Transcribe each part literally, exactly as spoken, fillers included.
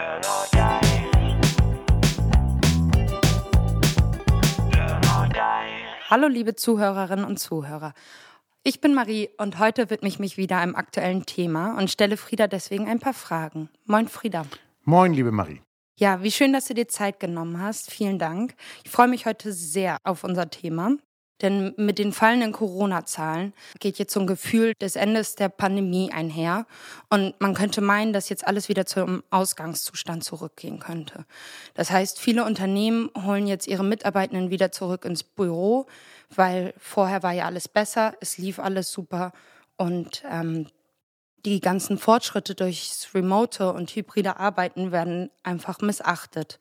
Hallo liebe Zuhörerinnen und Zuhörer. Ich bin Marie und heute widme ich mich wieder einem aktuellen Thema und stelle Frieda deswegen ein paar Fragen. Moin Frieda. Moin liebe Marie. Ja, wie schön, dass du dir Zeit genommen hast. Vielen Dank. Ich freue mich heute sehr auf unser Thema, denn mit den fallenden Corona-Zahlen geht jetzt so ein Gefühl des Endes der Pandemie einher und man könnte meinen, dass jetzt alles wieder zum Ausgangszustand zurückgehen könnte. Das heißt, viele Unternehmen holen jetzt ihre Mitarbeitenden wieder zurück ins Büro, weil vorher war ja alles besser, es lief alles super und ähm, die ganzen Fortschritte durchs remote und hybride Arbeiten werden einfach missachtet.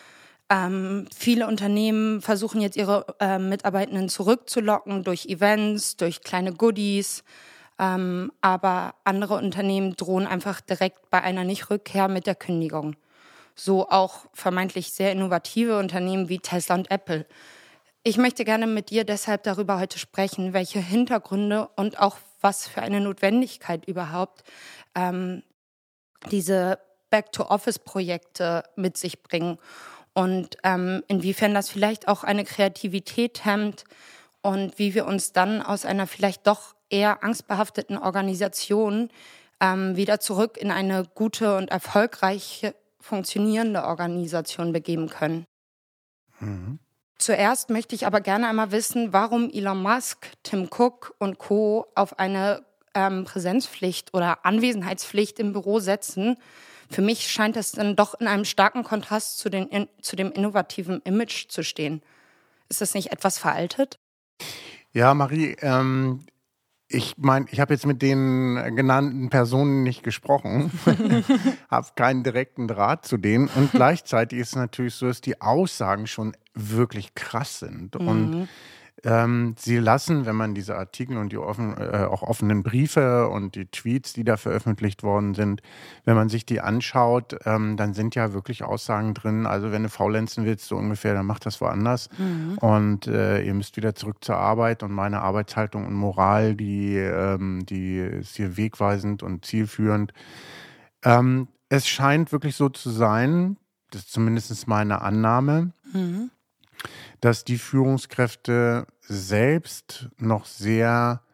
Ähm, viele Unternehmen versuchen jetzt ihre äh, Mitarbeitenden zurückzulocken durch Events, durch kleine Goodies, ähm, aber andere Unternehmen drohen einfach direkt bei einer Nichtrückkehr mit der Kündigung. So auch vermeintlich sehr innovative Unternehmen wie Tesla und Apple. Ich möchte gerne mit dir deshalb darüber heute sprechen, welche Hintergründe und auch was für eine Notwendigkeit überhaupt ähm, diese Back-to-Office-Projekte mit sich bringen. Und ähm, inwiefern das vielleicht auch eine Kreativität hemmt und wie wir uns dann aus einer vielleicht doch eher angstbehafteten Organisation ähm, wieder zurück in eine gute und erfolgreiche, funktionierende Organisation begeben können. Mhm. Zuerst möchte ich aber gerne einmal wissen, warum Elon Musk, Tim Cook und Co. auf eine ähm, Präsenzpflicht oder Anwesenheitspflicht im Büro setzen. Für mich scheint das dann doch in einem starken Kontrast zu, den, in, zu dem innovativen Image zu stehen. Ist das nicht etwas veraltet? Ja, Marie, ähm, ich meine, ich habe jetzt mit den genannten Personen nicht gesprochen, habe keinen direkten Draht zu denen und gleichzeitig ist es natürlich so, dass die Aussagen schon wirklich krass sind Mhm. und Ähm, sie lassen, wenn man diese Artikel und die offen, äh, auch offenen Briefe und die Tweets, die da veröffentlicht worden sind, wenn man sich die anschaut, ähm, dann sind ja wirklich Aussagen drin. Also wenn du faulenzen willst, so ungefähr, dann mach das woanders. Mhm. Und äh, ihr müsst wieder zurück zur Arbeit. Und meine Arbeitshaltung und Moral, die, ähm, die ist hier wegweisend und zielführend. Ähm, es scheint wirklich so zu sein, das ist zumindest meine Annahme, Mhm. dass die Führungskräfte selbst noch sehr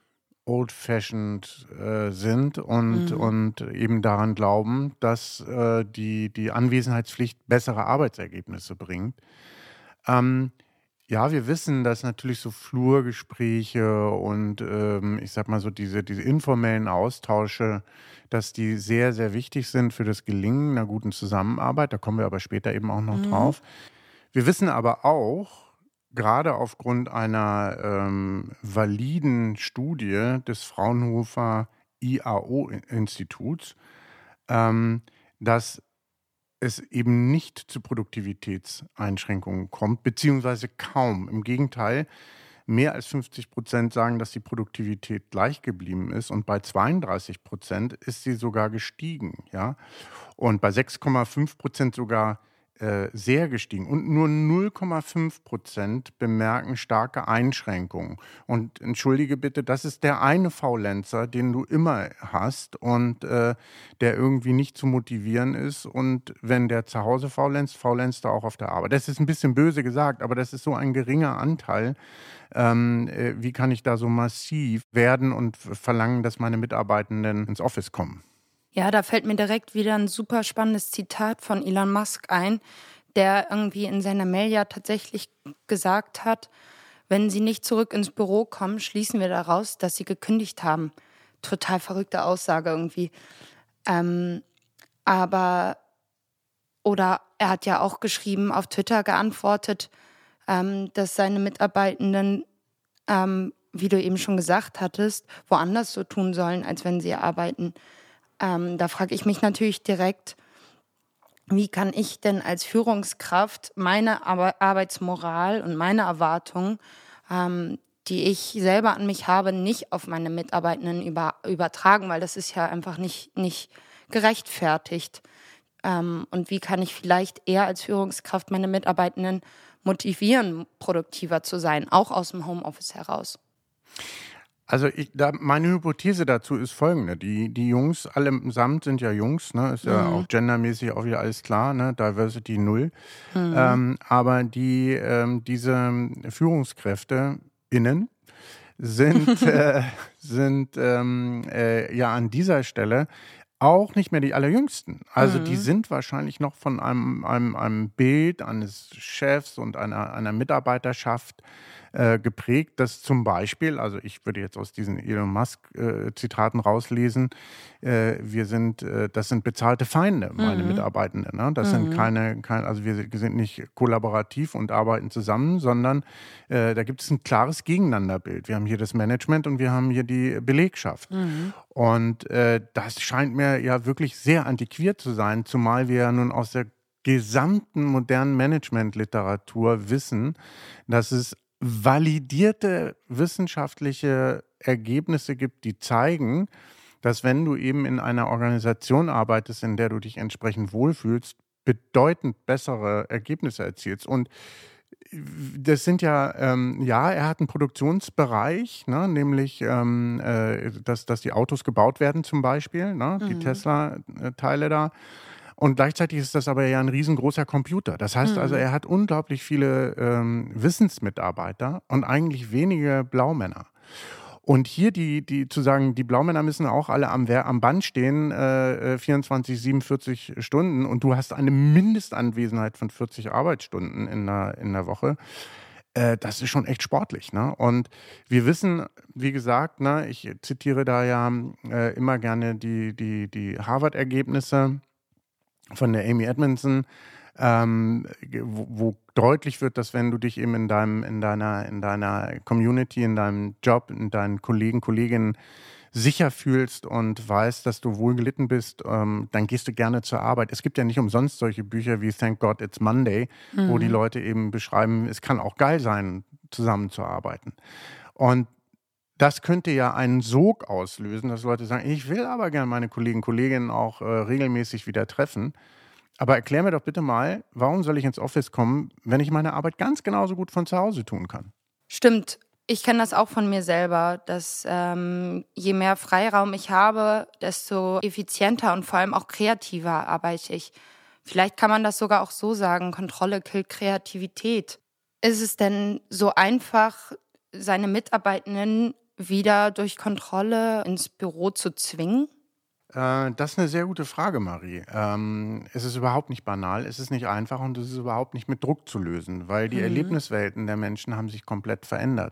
old-fashioned äh, sind und, Mhm. und eben daran glauben, dass äh, die, die Anwesenheitspflicht bessere Arbeitsergebnisse bringt. Ähm, ja, wir wissen, dass natürlich so Flurgespräche und ähm, ich sag mal so diese, diese informellen Austausche, dass die sehr, sehr wichtig sind für das Gelingen einer guten Zusammenarbeit. Da kommen wir aber später eben auch noch Mhm. drauf. Wir wissen aber auch, gerade aufgrund einer ähm, validen Studie des Fraunhofer I A O-Instituts, ähm, dass es eben nicht zu Produktivitätseinschränkungen kommt, beziehungsweise kaum. Im Gegenteil, mehr als fünfzig Prozent sagen, dass die Produktivität gleich geblieben ist und bei zweiunddreißig Prozent ist sie sogar gestiegen. Ja? Und bei sechs Komma fünf Prozent sogar äh, sehr gestiegen. Und nur null Komma fünf Prozent bemerken starke Einschränkungen. Und entschuldige bitte, das ist der eine Faulenzer, den du immer hast und äh, der irgendwie nicht zu motivieren ist. Und wenn der zu Hause faulenzt, faulenzt er auch auf der Arbeit. Das ist ein bisschen böse gesagt, aber das ist so ein geringer Anteil. Ähm, äh, wie kann ich da so massiv werden und verlangen, dass meine Mitarbeitenden ins Office kommen? Ja, da fällt mir direkt wieder ein super spannendes Zitat von Elon Musk ein, der irgendwie in seiner Mail ja tatsächlich gesagt hat, wenn Sie nicht zurück ins Büro kommen, schließen wir daraus, dass Sie gekündigt haben. Total verrückte Aussage irgendwie. Ähm, aber, oder er hat ja auch geschrieben, auf Twitter geantwortet, ähm, dass seine Mitarbeitenden, ähm, wie du eben schon gesagt hattest, woanders so tun sollen, als wenn sie arbeiten. Ähm, da frage ich mich natürlich direkt, wie kann ich denn als Führungskraft meine Ar- Arbeitsmoral und meine Erwartungen, ähm, die ich selber an mich habe, nicht auf meine Mitarbeitenden über, übertragen, weil das ist ja einfach nicht, nicht gerechtfertigt. Ähm, und wie kann ich vielleicht eher als Führungskraft meine Mitarbeitenden motivieren, produktiver zu sein, auch aus dem Homeoffice heraus? Also ich, da, meine Hypothese dazu ist folgende. Die, die Jungs, allesamt sind ja Jungs, ne? Ist ja auch Mhm. gendermäßig auch wieder alles klar, ne? Diversity null. Mhm. Ähm, aber die, ähm, diese Führungskräfte innen sind, äh, sind ähm, äh, ja an dieser Stelle auch nicht mehr die Allerjüngsten. Also die Mhm. sind wahrscheinlich noch von einem, einem, einem Bild eines Chefs und einer, einer Mitarbeiterschaft äh, geprägt, dass zum Beispiel, also ich würde jetzt aus diesen Elon Musk-Zitaten rauslesen, äh, wir sind, äh, das sind bezahlte Feinde, meine Mhm. Mitarbeitenden. Ne? Das sind Mhm. keine, kein, also wir sind nicht kollaborativ und arbeiten zusammen, sondern äh, da gibt es ein klares Gegeneinanderbild. Wir haben hier das Management und wir haben hier die Belegschaft. Mhm. Und äh, das scheint mir ja wirklich sehr antiquiert zu sein, zumal wir ja nun aus der gesamten modernen Managementliteratur wissen, dass es validierte wissenschaftliche Ergebnisse gibt, die zeigen, dass wenn du eben in einer Organisation arbeitest, in der du dich entsprechend wohlfühlst, bedeutend bessere Ergebnisse erzielst. Und das sind ja, ähm, ja, er hat einen Produktionsbereich, ne, nämlich, ähm, äh, dass, dass die Autos gebaut werden zum Beispiel, ne, die Mhm. Tesla-Teile da. Und gleichzeitig ist das aber ja ein riesengroßer Computer. Das heißt also, Mhm. er hat unglaublich viele ähm, Wissensmitarbeiter und eigentlich wenige Blaumänner. Und hier die, die zu sagen, die Blaumänner müssen auch alle am, Wer- am Band stehen, äh, vierundzwanzig, siebenundvierzig Stunden und du hast eine Mindestanwesenheit von vierzig Arbeitsstunden in der, in der Woche. Äh, das ist schon echt sportlich. Ne? Und wir wissen, wie gesagt, ne, ich zitiere da ja äh, immer gerne die, die, die Harvard-Ergebnisse von der Amy Edmondson, ähm, wo, wo deutlich wird, dass wenn du dich eben in deinem, in deiner, in deiner Community, in deinem Job, in deinen Kollegen, Kolleginnen sicher fühlst und weißt, dass du wohl gelitten bist, ähm, dann gehst du gerne zur Arbeit. Es gibt ja nicht umsonst solche Bücher wie Thank God It's Monday, wo die Mhm. Leute eben beschreiben, es kann auch geil sein, zusammenzuarbeiten. Und das könnte ja einen Sog auslösen, dass Leute sagen, ich will aber gerne meine Kollegen, Kolleginnen auch äh, regelmäßig wieder treffen. Aber erklär mir doch bitte mal, warum soll ich ins Office kommen, wenn ich meine Arbeit ganz genauso gut von zu Hause tun kann? Stimmt. Ich kenne das auch von mir selber, dass ähm, je mehr Freiraum ich habe, desto effizienter und vor allem auch kreativer arbeite ich. Vielleicht kann man das sogar auch so sagen, Kontrolle killt Kreativität. Ist es denn so einfach, seine Mitarbeitenden wieder durch Kontrolle ins Büro zu zwingen? Äh, das ist eine sehr gute Frage, Marie. Ähm, es ist überhaupt nicht banal, es ist nicht einfach und es ist überhaupt nicht mit Druck zu lösen, weil die Mhm. Erlebniswelten der Menschen haben sich komplett verändert.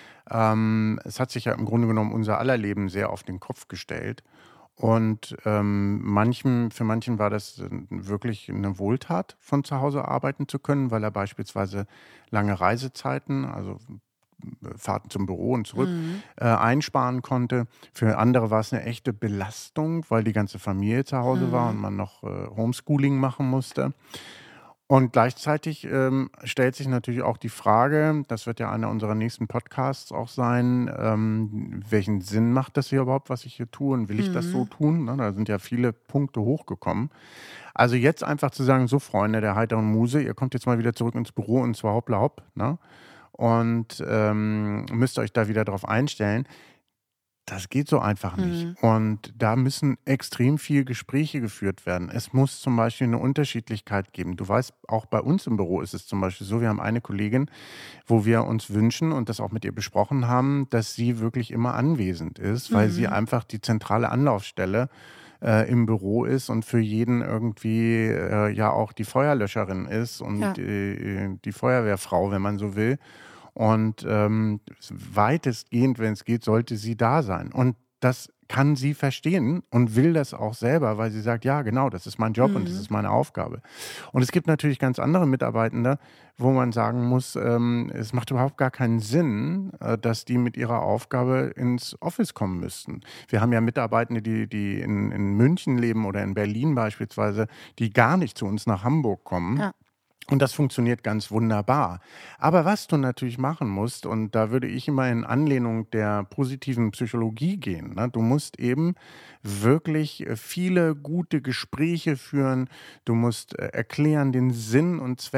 Ähm, es hat sich ja im Grunde genommen unser aller Leben sehr auf den Kopf gestellt. Und ähm, manchen, für manchen war das äh, wirklich eine Wohltat, von zu Hause arbeiten zu können, weil er beispielsweise lange Reisezeiten, also äh, Fahrten zum Büro und zurück, Mhm. äh, einsparen konnte. Für andere war es eine echte Belastung, weil die ganze Familie zu Hause war und Mhm. man noch äh, Homeschooling machen musste. Und gleichzeitig ähm, stellt sich natürlich auch die Frage, das wird ja einer unserer nächsten Podcasts auch sein, ähm, welchen Sinn macht das hier überhaupt, was ich hier tue und will ich das so Mhm. tun? Ne, da sind ja viele Punkte hochgekommen. Also jetzt einfach zu sagen, so Freunde der heiteren Muse, ihr kommt jetzt mal wieder zurück ins Büro und zwar hoppla hopp, ne? Und ähm, müsst euch da wieder drauf einstellen. Das geht so einfach nicht. Mhm. Und da müssen extrem viel Gespräche geführt werden. Es muss zum Beispiel eine Unterschiedlichkeit geben. Du weißt, auch bei uns im Büro ist es zum Beispiel so, wir haben eine Kollegin, wo wir uns wünschen und das auch mit ihr besprochen haben, dass sie wirklich immer anwesend ist, weil sie Mhm. einfach die zentrale Anlaufstelle äh, im Büro ist und für jeden irgendwie äh, ja auch die Feuerlöscherin ist und Ja. äh, die Feuerwehrfrau, wenn man so will. Und ähm, weitestgehend, wenn es geht, sollte sie da sein. Und das kann sie verstehen und will das auch selber, weil sie sagt, ja, genau, das ist mein Job und das Mhm. ist meine Aufgabe. Und es gibt natürlich ganz andere Mitarbeitende, wo man sagen muss, ähm, es macht überhaupt gar keinen Sinn, äh, dass die mit ihrer Aufgabe ins Office kommen müssten. Wir haben ja Mitarbeitende, die, die in, in München leben oder in Berlin beispielsweise, die gar nicht zu uns nach Hamburg kommen. Ja. Und das funktioniert ganz wunderbar. Aber was du natürlich machen musst, und da würde ich immer in Anlehnung der positiven Psychologie gehen, ne? Du musst eben wirklich äh, viele gute Gespräche führen. Du musst äh, erklären den Sinn und Zweck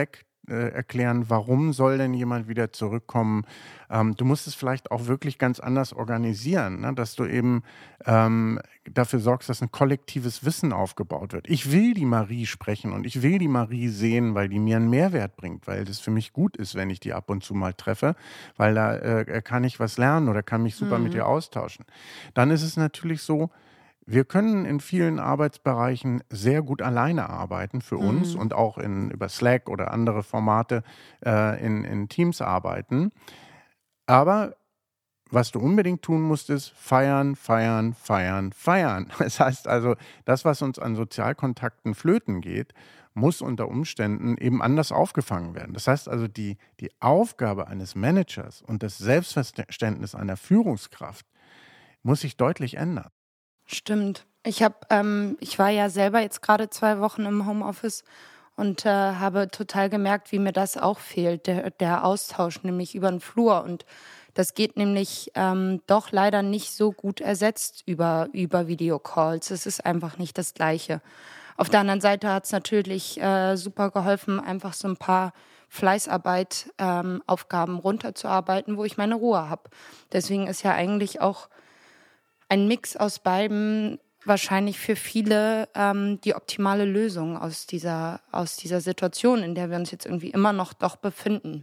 äh, erklären, warum soll denn jemand wieder zurückkommen. Ähm, du musst es vielleicht auch wirklich ganz anders organisieren, ne? Dass du eben ähm, dafür sorgst, dass ein kollektives Wissen aufgebaut wird. Ich will die Marie sprechen und ich will die Marie sehen, weil die mir einen Mehrwert bringt, weil das für mich gut ist, wenn ich die ab und zu mal treffe, weil da äh, kann ich was lernen oder kann mich super mit Mhm. ihr austauschen. Dann ist es natürlich so, wir können in vielen Arbeitsbereichen sehr gut alleine arbeiten für uns Mhm. und auch in, über Slack oder andere Formate äh, in, in Teams arbeiten. Aber was du unbedingt tun musst, ist feiern, feiern, feiern, feiern. Das heißt also, das, was uns an Sozialkontakten flöten geht, muss unter Umständen eben anders aufgefangen werden. Das heißt also, die, die Aufgabe eines Managers und das Selbstverständnis einer Führungskraft muss sich deutlich ändern. Stimmt. Ich habe, ähm, ich war ja selber jetzt gerade zwei Wochen im Homeoffice und äh, habe total gemerkt, wie mir das auch fehlt, der, der Austausch, nämlich über den Flur. Und das geht nämlich ähm, doch leider nicht so gut ersetzt über, über Videocalls. Es ist einfach nicht das Gleiche. Auf der anderen Seite hat es natürlich äh, super geholfen, einfach so ein paar Fleißarbeit, ähm, Aufgaben runterzuarbeiten, wo ich meine Ruhe habe. Deswegen ist ja eigentlich auch ein Mix aus beidem wahrscheinlich für viele ähm, die optimale Lösung aus dieser, aus dieser Situation, in der wir uns jetzt irgendwie immer noch doch befinden.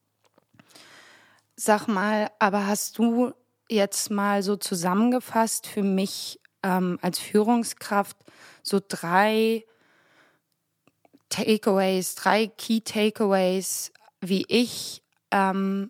Sag mal, aber hast du jetzt mal so zusammengefasst für mich ähm, als Führungskraft so drei Takeaways, drei Key Takeaways, wie ich ähm,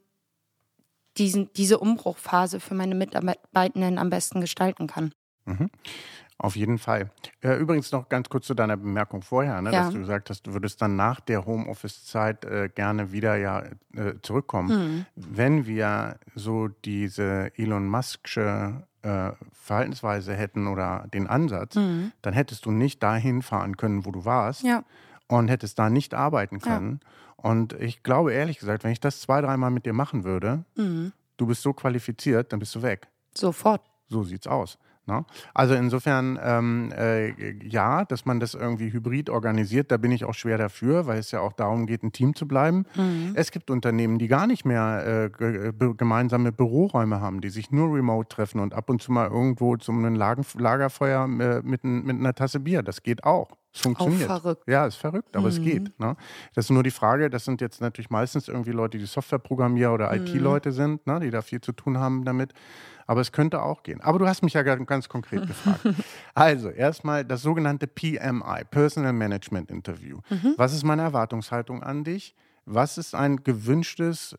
diesen, diese Umbruchphase für meine Mitarbeitenden am besten gestalten kann? Mhm. Auf jeden Fall. Äh, übrigens noch ganz kurz zu deiner Bemerkung vorher, ne, Ja. dass du gesagt hast, du würdest dann nach der Homeoffice-Zeit äh, gerne wieder ja äh, zurückkommen. Hm. Wenn wir so diese Elon Musk'sche äh, Verhaltensweise hätten oder den Ansatz, Mhm. dann hättest du nicht dahin fahren können, wo du warst Ja. und hättest da nicht arbeiten Ja. können. Und ich glaube ehrlich gesagt, wenn ich das zwei, dreimal mit dir machen würde, Mhm. du bist so qualifiziert, dann bist du weg. Sofort. So sieht's aus. Ne? Also insofern, ähm, äh, ja, dass man das irgendwie hybrid organisiert, da bin ich auch schwer dafür, weil es ja auch darum geht, ein Team zu bleiben. Mhm. Es gibt Unternehmen, die gar nicht mehr äh, ge- be- gemeinsame Büroräume haben, die sich nur remote treffen und ab und zu mal irgendwo zum einem Lagen- Lagerfeuer äh, mit, ein- mit einer Tasse Bier. Das geht auch. Es funktioniert. Auch verrückt. Ja, ist verrückt, aber Mhm. es geht. Ne? Das ist nur die Frage, das sind jetzt natürlich meistens irgendwie Leute, die Softwareprogrammierer oder Mhm. I T-Leute sind, ne, die da viel zu tun haben damit. Aber es könnte auch gehen. Aber du hast mich ja ganz konkret gefragt. Also, erstmal das sogenannte P M I, Personal Management Interview. Mhm. Was ist meine Erwartungshaltung an dich? Was ist ein gewünschtes,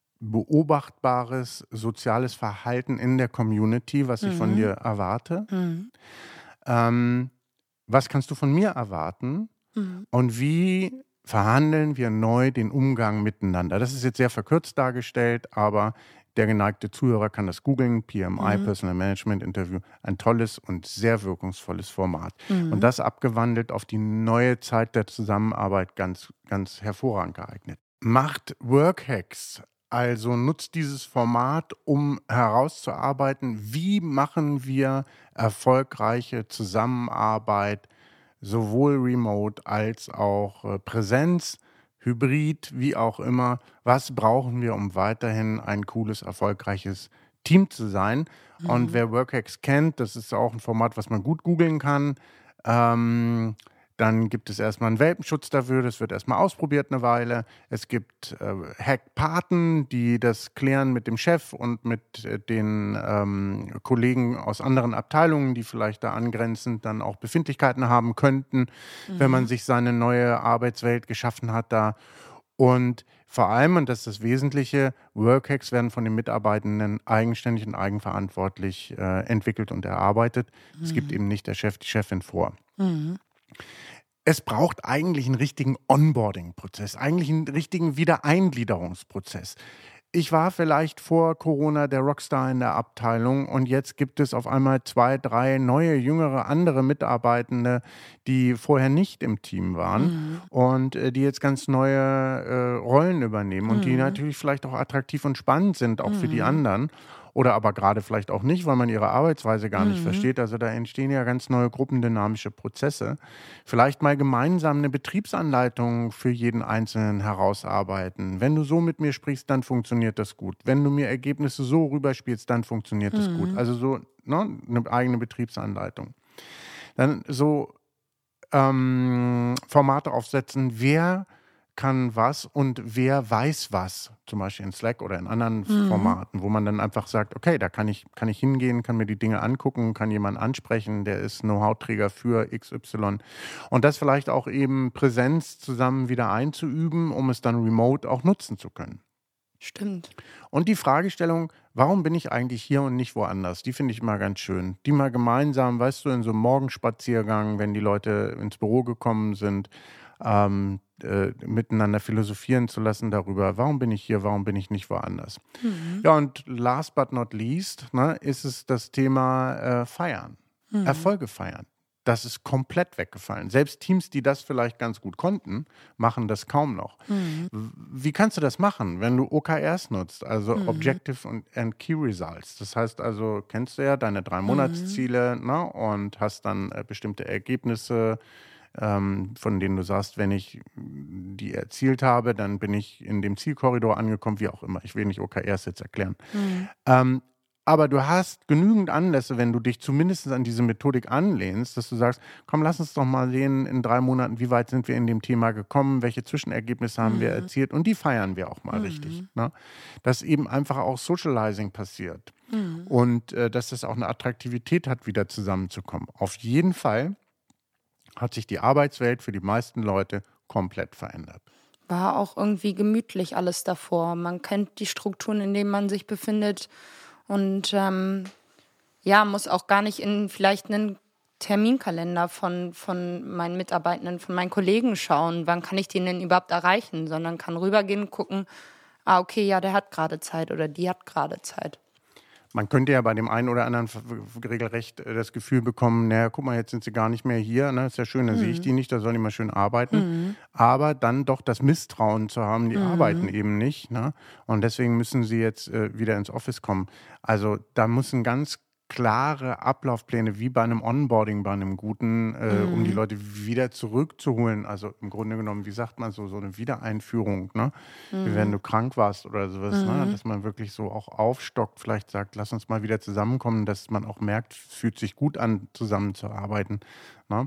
beobachtbares soziales Verhalten in der Community, was ich von Mhm. dir erwarte? Mhm. Ähm, was kannst du von mir erwarten? Mhm. Und wie verhandeln wir neu den Umgang miteinander? Das ist jetzt sehr verkürzt dargestellt, aber der geneigte Zuhörer kann das googeln. P M I, Mhm. Personal Management Interview, ein tolles und sehr wirkungsvolles Format. Mhm. Und das abgewandelt auf die neue Zeit der Zusammenarbeit ganz, ganz hervorragend geeignet. Macht Workhacks. Also nutzt dieses Format, um herauszuarbeiten, wie machen wir erfolgreiche Zusammenarbeit sowohl remote als auch äh, Präsenz, hybrid, wie auch immer. Was brauchen wir, um weiterhin ein cooles, erfolgreiches Team zu sein? Und Mhm. wer Workhacks kennt, das ist auch ein Format, was man gut googeln kann. Ähm, dann gibt es erstmal einen Welpenschutz dafür, das wird erstmal ausprobiert eine Weile. Es gibt äh, Hackpaten, die das klären mit dem Chef und mit äh, den ähm, Kollegen aus anderen Abteilungen, die vielleicht da angrenzend dann auch Befindlichkeiten haben könnten, wenn man Mhm. sich seine neue Arbeitswelt geschaffen hat da. Und vor allem, und das ist das Wesentliche, Workhacks werden von den Mitarbeitenden eigenständig und eigenverantwortlich äh, entwickelt und erarbeitet. Es gibt Mhm. eben nicht der Chef, die Chefin vor. Mhm. Es braucht eigentlich einen richtigen Onboarding-Prozess, eigentlich einen richtigen Wiedereingliederungsprozess. Ich war vielleicht vor Corona der Rockstar in der Abteilung und jetzt gibt es auf einmal zwei, drei neue, jüngere, andere Mitarbeitende, die vorher nicht im Team waren Mhm. und äh, die jetzt ganz neue äh, Rollen übernehmen und die Mhm. natürlich vielleicht auch attraktiv und spannend sind, auch für die Mhm. anderen. oder aber gerade vielleicht auch nicht, weil man ihre Arbeitsweise gar nicht Mhm. versteht. Also da entstehen ja ganz neue gruppendynamische Prozesse. Vielleicht mal gemeinsam eine Betriebsanleitung für jeden Einzelnen herausarbeiten. Wenn du so mit mir sprichst, dann funktioniert das gut. Wenn du mir Ergebnisse so rüberspielst, dann funktioniert das gut. Mhm. Also so, ne, eine eigene Betriebsanleitung. Dann so ähm, Formate aufsetzen, wer kann was und wer weiß was, zum Beispiel in Slack oder in anderen Mhm. Formaten, wo man dann einfach sagt, okay, da kann ich, kann ich hingehen, kann mir die Dinge angucken, kann jemanden ansprechen, der ist Know-how-Träger für X Y. Und das vielleicht auch eben Präsenz zusammen wieder einzuüben, um es dann remote auch nutzen zu können. Stimmt. Und die Fragestellung, warum bin ich eigentlich hier und nicht woanders, die finde ich mal ganz schön. Die mal gemeinsam, weißt du, in so einem Morgenspaziergang, wenn die Leute ins Büro gekommen sind, ähm, äh, miteinander philosophieren zu lassen darüber, warum bin ich hier, warum bin ich nicht woanders. Mhm. Ja, und last but not least, ne, ist es das Thema äh, Feiern, Mhm. Erfolge feiern. Das ist komplett weggefallen. Selbst Teams, die das vielleicht ganz gut konnten, machen das kaum noch. Mhm. W- Wie kannst du das machen, wenn du O K Rs nutzt, also Mhm. Objective und and Key Results? Das heißt also, kennst du ja deine drei Mhm. Monatsziele, ne, und hast dann äh, bestimmte Ergebnisse, ähm, von denen du sagst, wenn ich mm, die erzielt habe, dann bin ich in dem Zielkorridor angekommen, wie auch immer. Ich will nicht O K Rs jetzt erklären. Mhm. Ähm, aber du hast genügend Anlässe, wenn du dich zumindest an diese Methodik anlehnst, dass du sagst, komm, lass uns doch mal sehen in drei Monaten, wie weit sind wir in dem Thema gekommen, welche Zwischenergebnisse haben wir Mhm. erzielt und die feiern wir auch mal richtig. Mhm. Ne? Dass eben einfach auch Socializing passiert Mhm. und äh, dass das auch eine Attraktivität hat, wieder zusammenzukommen. Auf jeden Fall hat sich die Arbeitswelt für die meisten Leute komplett verändert. War auch irgendwie gemütlich alles davor. Man kennt die Strukturen, in denen man sich befindet und ähm, ja, muss auch gar nicht in vielleicht einen Terminkalender von, von meinen Mitarbeitenden, von meinen Kollegen schauen, wann kann ich den denn überhaupt erreichen, sondern kann rübergehen und gucken, ah, okay, ja, der hat gerade Zeit oder die hat gerade Zeit. Man könnte ja bei dem einen oder anderen f- f- regelrecht äh, das Gefühl bekommen, naja, guck mal, jetzt sind sie gar nicht mehr hier, ne? Ist ja schön, dann sehe ich Mhm. die nicht, da sollen die mal schön arbeiten. Mhm. Aber dann doch das Misstrauen zu haben, die arbeiten Mhm. eben nicht, ne? Und deswegen müssen sie jetzt äh, wieder ins Office kommen. Also da müssen ganz klare Ablaufpläne wie bei einem Onboarding, bei einem guten, äh, um die Mhm. Leute wieder zurückzuholen. Also im Grunde genommen, wie sagt man so, so eine Wiedereinführung, ne? Wie wenn Mhm. du krank warst oder sowas, ne? Mhm. Dass man wirklich so auch aufstockt, vielleicht sagt, lass uns mal wieder zusammenkommen, dass man auch merkt, es fühlt sich gut an, zusammenzuarbeiten, ne?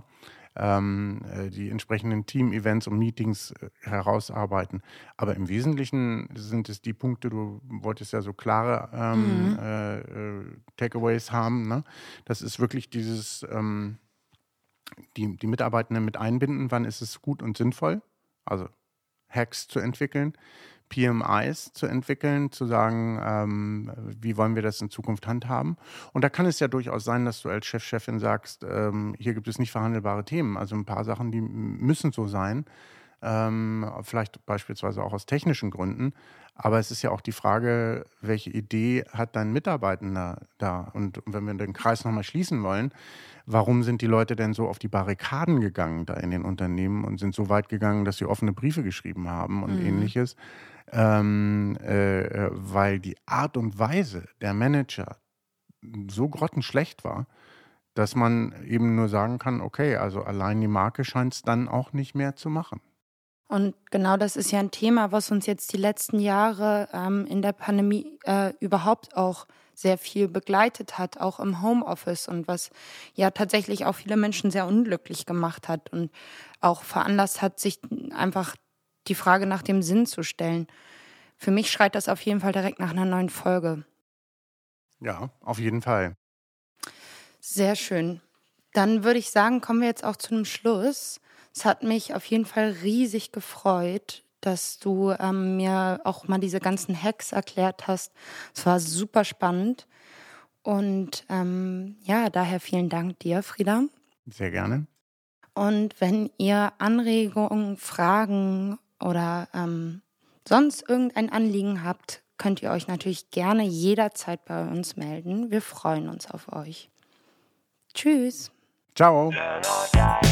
Ähm, äh, die entsprechenden Team-Events und Meetings äh, herausarbeiten. Aber im Wesentlichen sind es die Punkte, du wolltest ja so klare ähm, Mhm. äh, äh, Takeaways haben, ne? Das ist wirklich dieses, ähm, die, die Mitarbeitenden mit einbinden, wann ist es gut und sinnvoll, also Hacks zu entwickeln, P M Is zu entwickeln, zu sagen, ähm, wie wollen wir das in Zukunft handhaben. Und da kann es ja durchaus sein, dass du als Chef, Chefin sagst, ähm, hier gibt es nicht verhandelbare Themen. Also ein paar Sachen, die m- müssen so sein, ähm, vielleicht beispielsweise auch aus technischen Gründen. Aber es ist ja auch die Frage, welche Idee hat dein Mitarbeitender da? Und wenn wir den Kreis nochmal schließen wollen, warum sind die Leute denn so auf die Barrikaden gegangen da in den Unternehmen und sind so weit gegangen, dass sie offene Briefe geschrieben haben und Mhm. ähnliches? Ähm, äh, äh, weil die Art und Weise der Manager so grottenschlecht war, dass man eben nur sagen kann, okay, also allein die Marke scheint es dann auch nicht mehr zu machen. Und genau das ist ja ein Thema, was uns jetzt die letzten Jahre ähm, in der Pandemie äh, überhaupt auch sehr viel begleitet hat, auch im Homeoffice und was ja tatsächlich auch viele Menschen sehr unglücklich gemacht hat und auch veranlasst hat, sich einfach die Frage nach dem Sinn zu stellen. Für mich schreit das auf jeden Fall direkt nach einer neuen Folge. Ja, auf jeden Fall. Sehr schön. Dann würde ich sagen, kommen wir jetzt auch zu einem Schluss. Es hat mich auf jeden Fall riesig gefreut, dass du ähm, mir auch mal diese ganzen Hacks erklärt hast. Es war super spannend. Und ähm, ja, daher vielen Dank dir, Frieda. Sehr gerne. Und wenn ihr Anregungen, Fragen oder ähm, sonst irgendein Anliegen habt, könnt ihr euch natürlich gerne jederzeit bei uns melden. Wir freuen uns auf euch. Tschüss. Ciao.